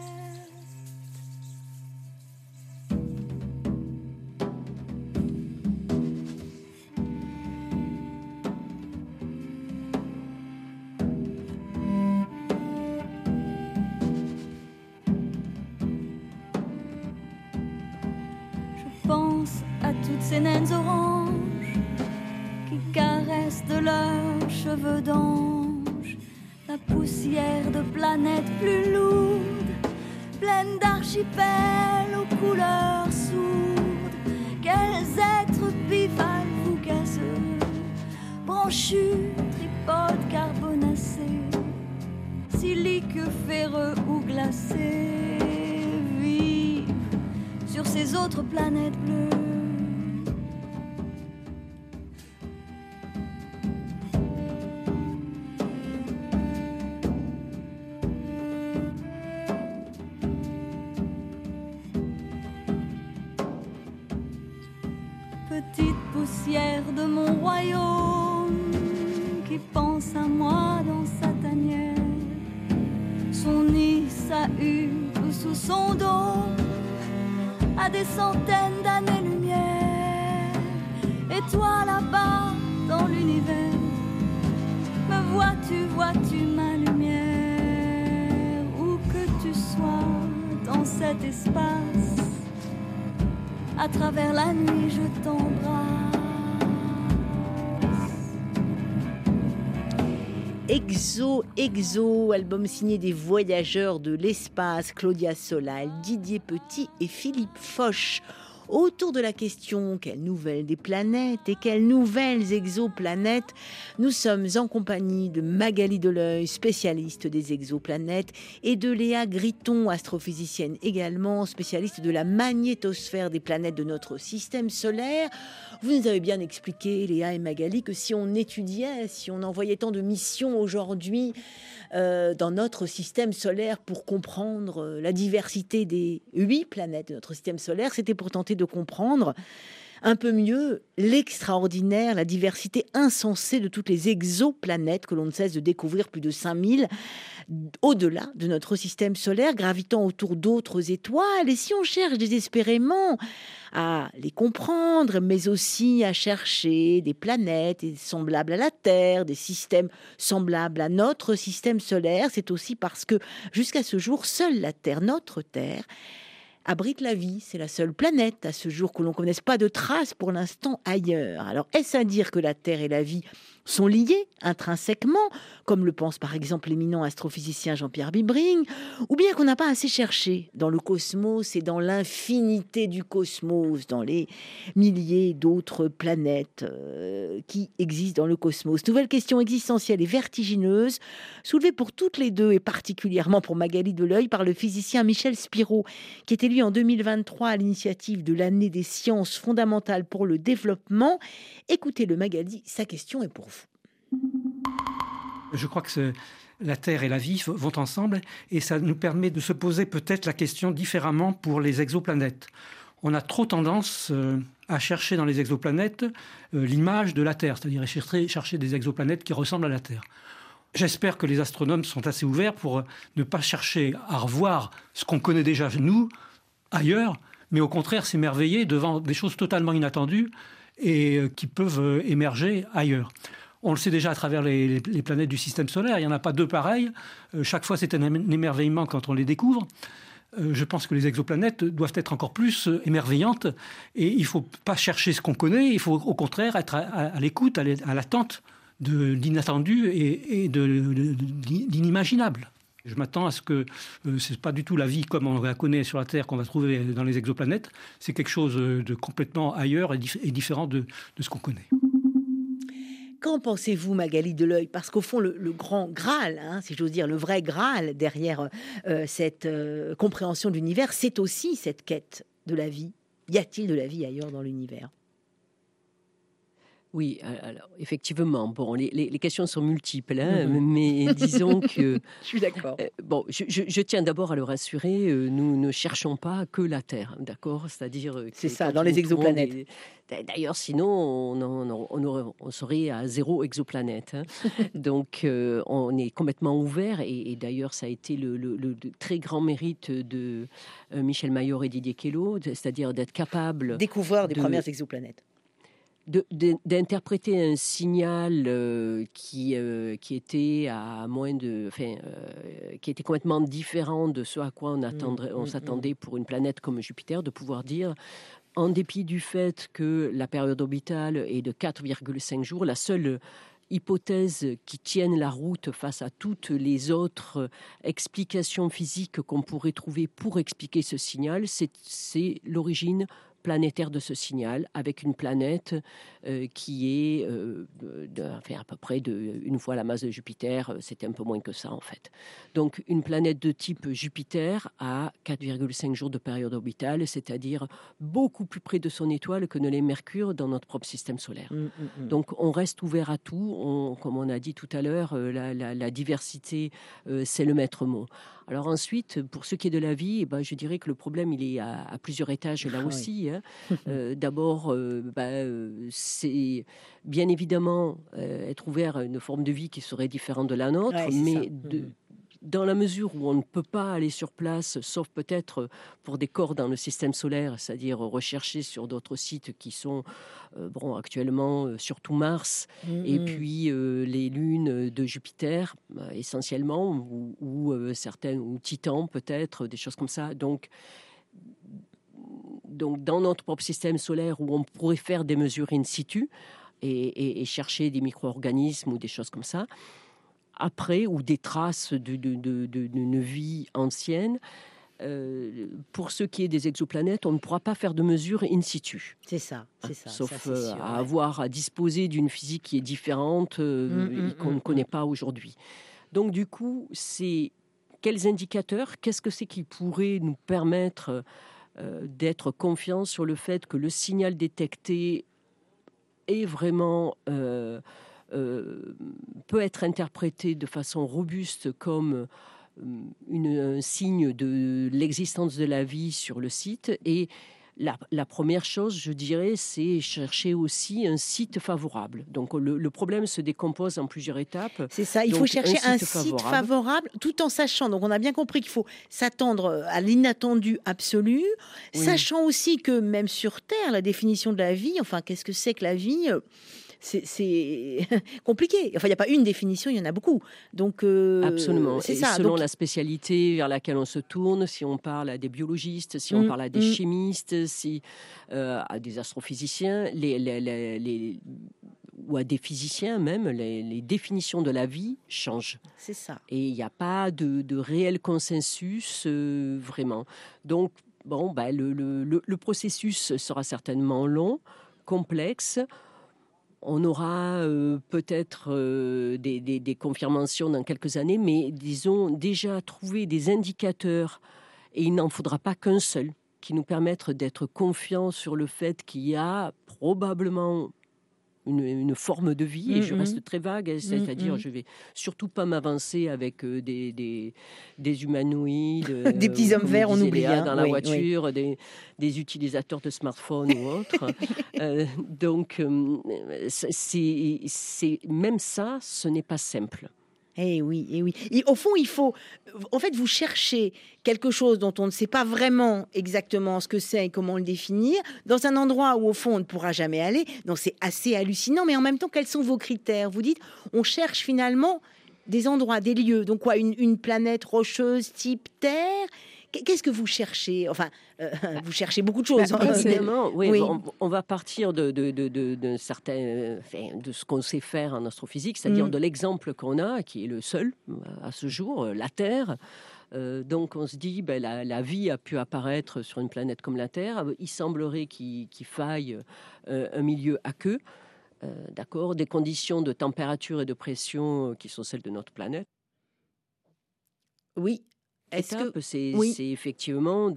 Je pense à toutes ces naines oranges qui caressent de leurs cheveux d'ange la poussière de planètes plus lourdes, pleines d'archipels aux couleurs sourdes. Quels êtres bipales fougasseux, branchus, tripodes carbonacés, siliques ferreux ou glacés, vivent sur ces autres planètes bleues. Petite poussière de mon royaume qui pense à moi dans sa tanière, son nid, sa hutte ou sous son dos, à des centaines d'années-lumière. Et toi là-bas dans l'univers, me vois-tu ma lumière? Où que tu sois dans cet espace, à travers la nuit je t'embrasse. Exo, album signé des voyageurs de l'espace, Claudia Solal, Didier Petit et Philippe Foch. Autour de la question quelles nouvelles des planètes et quelles nouvelles exoplanètes, nous sommes en compagnie de Magali Deleuil, spécialiste des exoplanètes, et de Léa Gritton, astrophysicienne également, spécialiste de la magnétosphère des planètes de notre système solaire. Vous nous avez bien expliqué, Léa et Magali, que si on étudiait, si on envoyait tant de missions aujourd'hui dans notre système solaire pour comprendre la diversité des 8 planètes de notre système solaire, c'était pour tenter de comprendre un peu mieux l'extraordinaire, la diversité insensée de toutes les exoplanètes que l'on ne cesse de découvrir, plus de 5000, au-delà de notre système solaire, gravitant autour d'autres étoiles. Et si on cherche désespérément à les comprendre, mais aussi à chercher des planètes semblables à la Terre, des systèmes semblables à notre système solaire, c'est aussi parce que jusqu'à ce jour, seule la Terre, notre Terre, abrite la vie. C'est la seule planète à ce jour que l'on ne connaisse pas de traces pour l'instant ailleurs. Alors, est-ce à dire que la Terre et la vie sont liées intrinsèquement, comme le pense par exemple l'éminent astrophysicien Jean-Pierre Bibring, ou bien qu'on n'a pas assez cherché dans le cosmos et dans l'infinité du cosmos, dans les milliers d'autres planètes qui existent dans le cosmos. Nouvelle question existentielle et vertigineuse, soulevée pour toutes les deux et particulièrement pour Magali Deleuil par le physicien Michel Spiro, qui était lui en 2023 à l'initiative de l'année des sciences fondamentales pour le développement. Écoutez-le Magali, sa question est pour vous. Je crois que la Terre et la vie vont ensemble et ça nous permet de se poser peut-être la question différemment pour les exoplanètes. On a trop tendance à chercher dans les exoplanètes l'image de la Terre, c'est-à-dire chercher des exoplanètes qui ressemblent à la Terre. J'espère que les astronomes sont assez ouverts pour ne pas chercher à revoir ce qu'on connaît déjà, nous, ailleurs, mais au contraire s'émerveiller devant des choses totalement inattendues et qui peuvent émerger ailleurs. On le sait déjà à travers les planètes du système solaire, il n'y en a pas 2 pareilles. Chaque fois, c'est un émerveillement quand on les découvre. Je pense que les exoplanètes doivent être encore plus émerveillantes et il ne faut pas chercher ce qu'on connaît, il faut au contraire être à l'écoute, à l'attente de l'inattendu et d'inimaginable. Je m'attends à ce que ce n'est pas du tout la vie comme on la connaît sur la Terre qu'on va trouver dans les exoplanètes. C'est quelque chose de complètement ailleurs et différent de ce qu'on connaît. Qu'en pensez-vous, Magali Deleuil? Parce qu'au fond, le grand Graal, si j'ose dire, le vrai Graal derrière cette compréhension de l'univers, c'est aussi cette quête de la vie. Y a-t-il de la vie ailleurs dans l'univers? Oui, alors effectivement, bon, les questions sont multiples, hein, mais disons que... Je suis d'accord. Bon, je tiens d'abord à le rassurer, nous ne cherchons pas que la Terre, d'accord? C'est-à-dire... C'est ça, dans les exoplanètes. D'ailleurs, sinon, on serait à 0 exoplanète. Hein. Donc, on est complètement ouvert, et d'ailleurs, ça a été le très grand mérite de Michel Mayor et Didier Queloz, c'est-à-dire d'être capable... Découvreur des premières exoplanètes. D'interpréter un signal qui était à moins de, qui était complètement différent de ce à quoi on s'attendait pour une planète comme Jupiter, de pouvoir dire, en dépit du fait que la période orbitale est de 4,5 jours, la seule hypothèse qui tienne la route face à toutes les autres explications physiques qu'on pourrait trouver pour expliquer ce signal, c'est l'origine planétaire de ce signal, avec une planète qui est à peu près une fois la masse de Jupiter, c'était un peu moins que ça en fait. Donc une planète de type Jupiter à 4,5 jours de période orbitale, c'est-à-dire beaucoup plus près de son étoile que ne l'est Mercure dans notre propre système solaire. Donc on reste ouvert à tout, comme on a dit tout à l'heure, la diversité, c'est le maître mot. Alors ensuite, pour ce qui est de la vie, je dirais que le problème, il est à plusieurs étages là aussi. Hein. D'abord, c'est bien évidemment être ouvert à une forme de vie qui serait différente de la nôtre, mais dans la mesure où on ne peut pas aller sur place, sauf peut-être pour des corps dans le système solaire, c'est-à-dire rechercher sur d'autres sites qui sont actuellement surtout Mars, et puis les lunes de Jupiter essentiellement, ou certaines, ou Titan peut-être, des choses comme ça. Donc dans notre propre système solaire où on pourrait faire des mesures in situ et chercher des micro-organismes ou des choses comme ça, après, ou des traces d'une vie ancienne. Pour ce qui est des exoplanètes, on ne pourra pas faire de mesures in situ. C'est ça. Sauf ça, c'est sûr, avoir à disposer d'une physique qui est différente et qu'on ne connaît pas aujourd'hui. Donc du coup, c'est quels indicateurs, qu'est-ce que c'est qui pourrait nous permettre d'être confiants sur le fait que le signal détecté est vraiment... peut être interprété de façon robuste comme un signe de l'existence de la vie sur le site. Et la première chose, je dirais, c'est chercher aussi un site favorable. Donc le problème se décompose en plusieurs étapes. C'est ça, il faut chercher un site favorable tout en sachant, donc on a bien compris qu'il faut s'attendre à l'inattendu absolu, sachant aussi que même sur Terre, la définition de la vie, enfin qu'est-ce que c'est que la vie ? C'est compliqué. Enfin, il n'y a pas une définition, il y en a beaucoup. Donc, absolument. C'est et ça. Selon donc... la spécialité vers laquelle on se tourne, si on parle à des biologistes, si on parle à des chimistes, si à des astrophysiciens, ou à des physiciens même, les définitions de la vie changent. C'est ça. Et il n'y a pas de réel consensus vraiment. Donc, le processus sera certainement long, complexe. On aura peut-être des confirmations dans quelques années, mais disons déjà trouver des indicateurs, et il n'en faudra pas qu'un seul, qui nous permettent d'être confiants sur le fait qu'il y a probablement une forme de vie, et je reste très vague, c'est-à-dire je vais surtout pas m'avancer avec des humanoïdes, des petits hommes verts, on oublie dans la voiture, des utilisateurs de smartphones ou autres. Donc, c'est même ça, ce n'est pas simple. Eh oui. Et au fond, vous cherchez quelque chose dont on ne sait pas vraiment exactement ce que c'est et comment le définir, dans un endroit où, au fond, on ne pourra jamais aller. Donc, c'est assez hallucinant. Mais en même temps, quels sont vos critères ? Vous dites, on cherche finalement des endroits, des lieux. Donc, quoi, une planète rocheuse type Terre ? Qu'est-ce que vous cherchez ? Enfin, vous cherchez beaucoup de choses. Évidemment, oui. On va partir de ce qu'on sait faire en astrophysique, c'est-à-dire de l'exemple qu'on a, qui est le seul à ce jour, la Terre. Donc on se dit, la vie a pu apparaître sur une planète comme la Terre. Il semblerait qu'il faille un milieu aqueux, d'accord, des conditions de température et de pression qui sont celles de notre planète. Oui. étape, c'est effectivement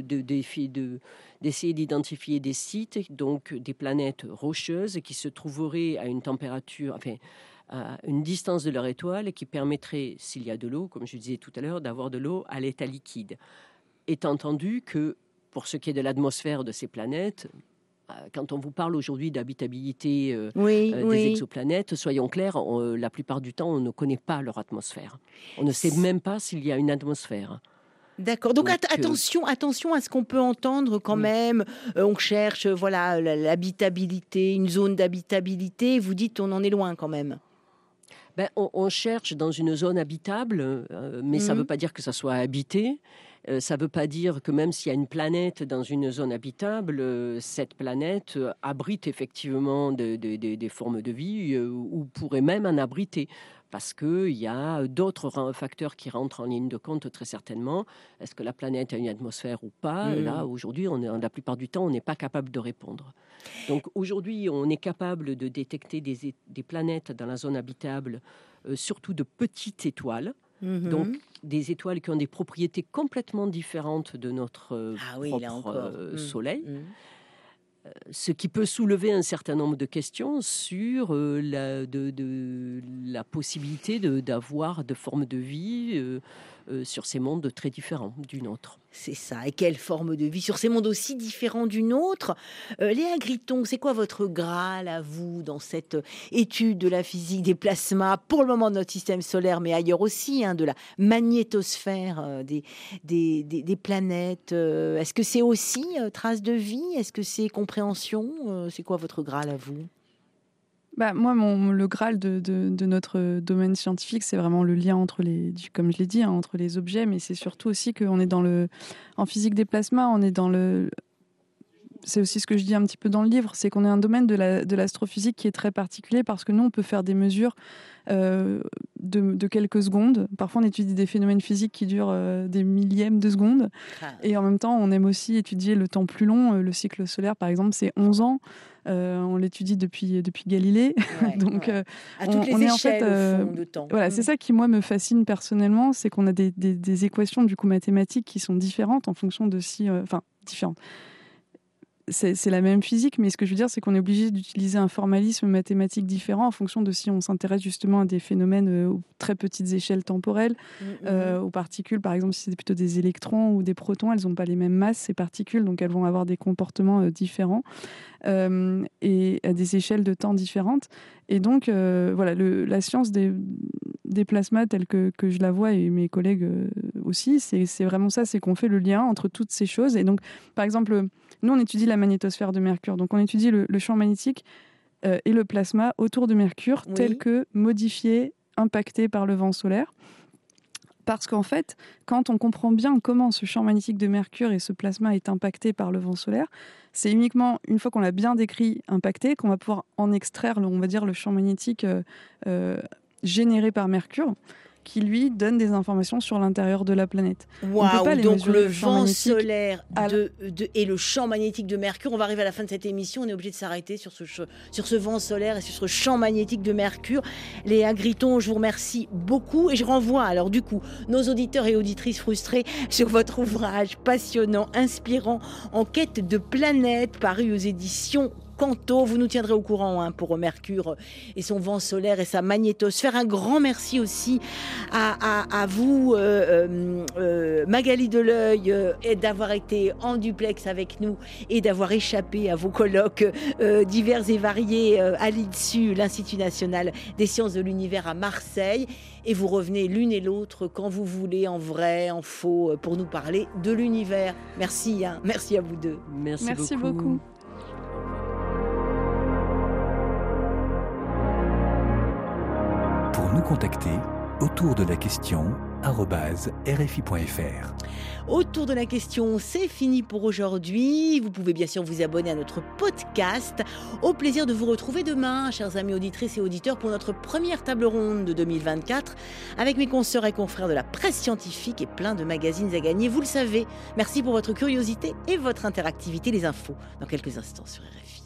d'essayer d'identifier des sites, donc des planètes rocheuses qui se trouveraient à une température, à une distance de leur étoile, et qui permettrait, s'il y a de l'eau, comme je disais tout à l'heure, d'avoir de l'eau à l'état liquide. Étant entendu que, pour ce qui est de l'atmosphère de ces planètes, quand on vous parle aujourd'hui d'habitabilité des exoplanètes, soyons clairs, la plupart du temps, on ne connaît pas leur atmosphère. On ne sait même pas s'il y a une atmosphère. D'accord. Donc attention à ce qu'on peut entendre quand même. On cherche l'habitabilité, une zone d'habitabilité. Vous dites on en est loin quand même. On cherche dans une zone habitable, mais ça ne veut pas dire que ça soit habité. Ça ne veut pas dire que même s'il y a une planète dans une zone habitable, cette planète abrite effectivement des formes de vie ou pourrait même en abriter. Parce qu'il y a d'autres facteurs qui rentrent en ligne de compte très certainement. Est-ce que la planète a une atmosphère ou pas ? Là, aujourd'hui, la plupart du temps, on n'est pas capable de répondre. Donc aujourd'hui, on est capable de détecter des planètes dans la zone habitable, surtout de petites étoiles. Donc des étoiles qui ont des propriétés complètement différentes de notre propre Soleil. Ce qui peut soulever un certain nombre de questions sur la possibilité d'avoir de formes de vie sur ces mondes très différents du nôtre. C'est ça. Et quelle forme de vie sur ces mondes aussi différents du nôtre. Léa Gritton, c'est quoi votre Graal à vous dans cette étude de la physique des plasmas, pour le moment de notre système solaire, mais ailleurs aussi, de la magnétosphère des planètes. Est-ce que c'est aussi trace de vie ? Est-ce que c'est compréhension ? C'est quoi votre Graal à vous ? Moi, le Graal de notre domaine scientifique, c'est vraiment le lien entre comme je l'ai dit, entre les objets, mais c'est surtout aussi qu'on est en physique des plasmas, on est c'est aussi ce que je dis un petit peu dans le livre, c'est qu'on est un domaine de l'astrophysique qui est très particulier parce que nous, on peut faire des mesures de quelques secondes. Parfois, on étudie des phénomènes physiques qui durent des millièmes de secondes. Et en même temps, on aime aussi étudier le temps plus long. Le cycle solaire, par exemple, c'est 11 ans. On l'étudie depuis Galilée. Donc, à toutes les échelles, au fond, de temps. Voilà, c'est ça qui, moi, me fascine personnellement, c'est qu'on a des équations, du coup, mathématiques qui sont différentes en fonction de différentes. C'est la même physique, mais ce que je veux dire, c'est qu'on est obligé d'utiliser un formalisme mathématique différent en fonction de si on s'intéresse justement à des phénomènes aux très petites échelles temporelles, aux particules, par exemple, si c'est plutôt des électrons ou des protons, elles n'ont pas les mêmes masses, ces particules, donc elles vont avoir des comportements différents et à des échelles de temps différentes. Et donc, la science des plasmas telle que je la vois, et mes collègues aussi, c'est vraiment ça, c'est qu'on fait le lien entre toutes ces choses. Et donc, par exemple, nous, on étudie la magnétosphère de Mercure. Donc, on étudie le champ magnétique et le plasma autour de Mercure, tel que modifié, impacté par le vent solaire. Parce qu'en fait, quand on comprend bien comment ce champ magnétique de Mercure et ce plasma est impacté par le vent solaire, c'est uniquement une fois qu'on l'a bien décrit, impacté, qu'on va pouvoir en extraire, on va dire, le champ magnétique généré par Mercure, qui lui donne des informations sur l'intérieur de la planète. Waouh, donc le vent solaire et le champ magnétique de Mercure, on va arriver à la fin de cette émission, on est obligé de s'arrêter sur ce vent solaire et sur ce champ magnétique de Mercure. Léa Gritton, je vous remercie beaucoup et je renvoie alors du coup nos auditeurs et auditrices frustrés sur votre ouvrage passionnant, inspirant, En quête de planètes, paru aux éditions Canto. Vous nous tiendrez au courant pour Mercure et son vent solaire et sa magnétosphère. Un grand merci aussi à vous, Magali Deleuil, d'avoir été en duplex avec nous et d'avoir échappé à vos colloques divers et variés à l'INSU, l'Institut national des sciences de l'univers à Marseille. Et vous revenez l'une et l'autre quand vous voulez, en vrai, en faux, pour nous parler de l'univers. Merci, merci à vous deux. Merci beaucoup. Pour nous contacter, autour de la question @rfi.fr. Autour de la question, c'est fini pour aujourd'hui. Vous pouvez bien sûr vous abonner à notre podcast. Au plaisir de vous retrouver demain, chers amis auditrices et auditeurs, pour notre première table ronde de 2024 avec mes consoeurs et confrères de la presse scientifique et plein de magazines à gagner. Vous le savez, merci pour votre curiosité et votre interactivité. Les infos dans quelques instants sur RFI.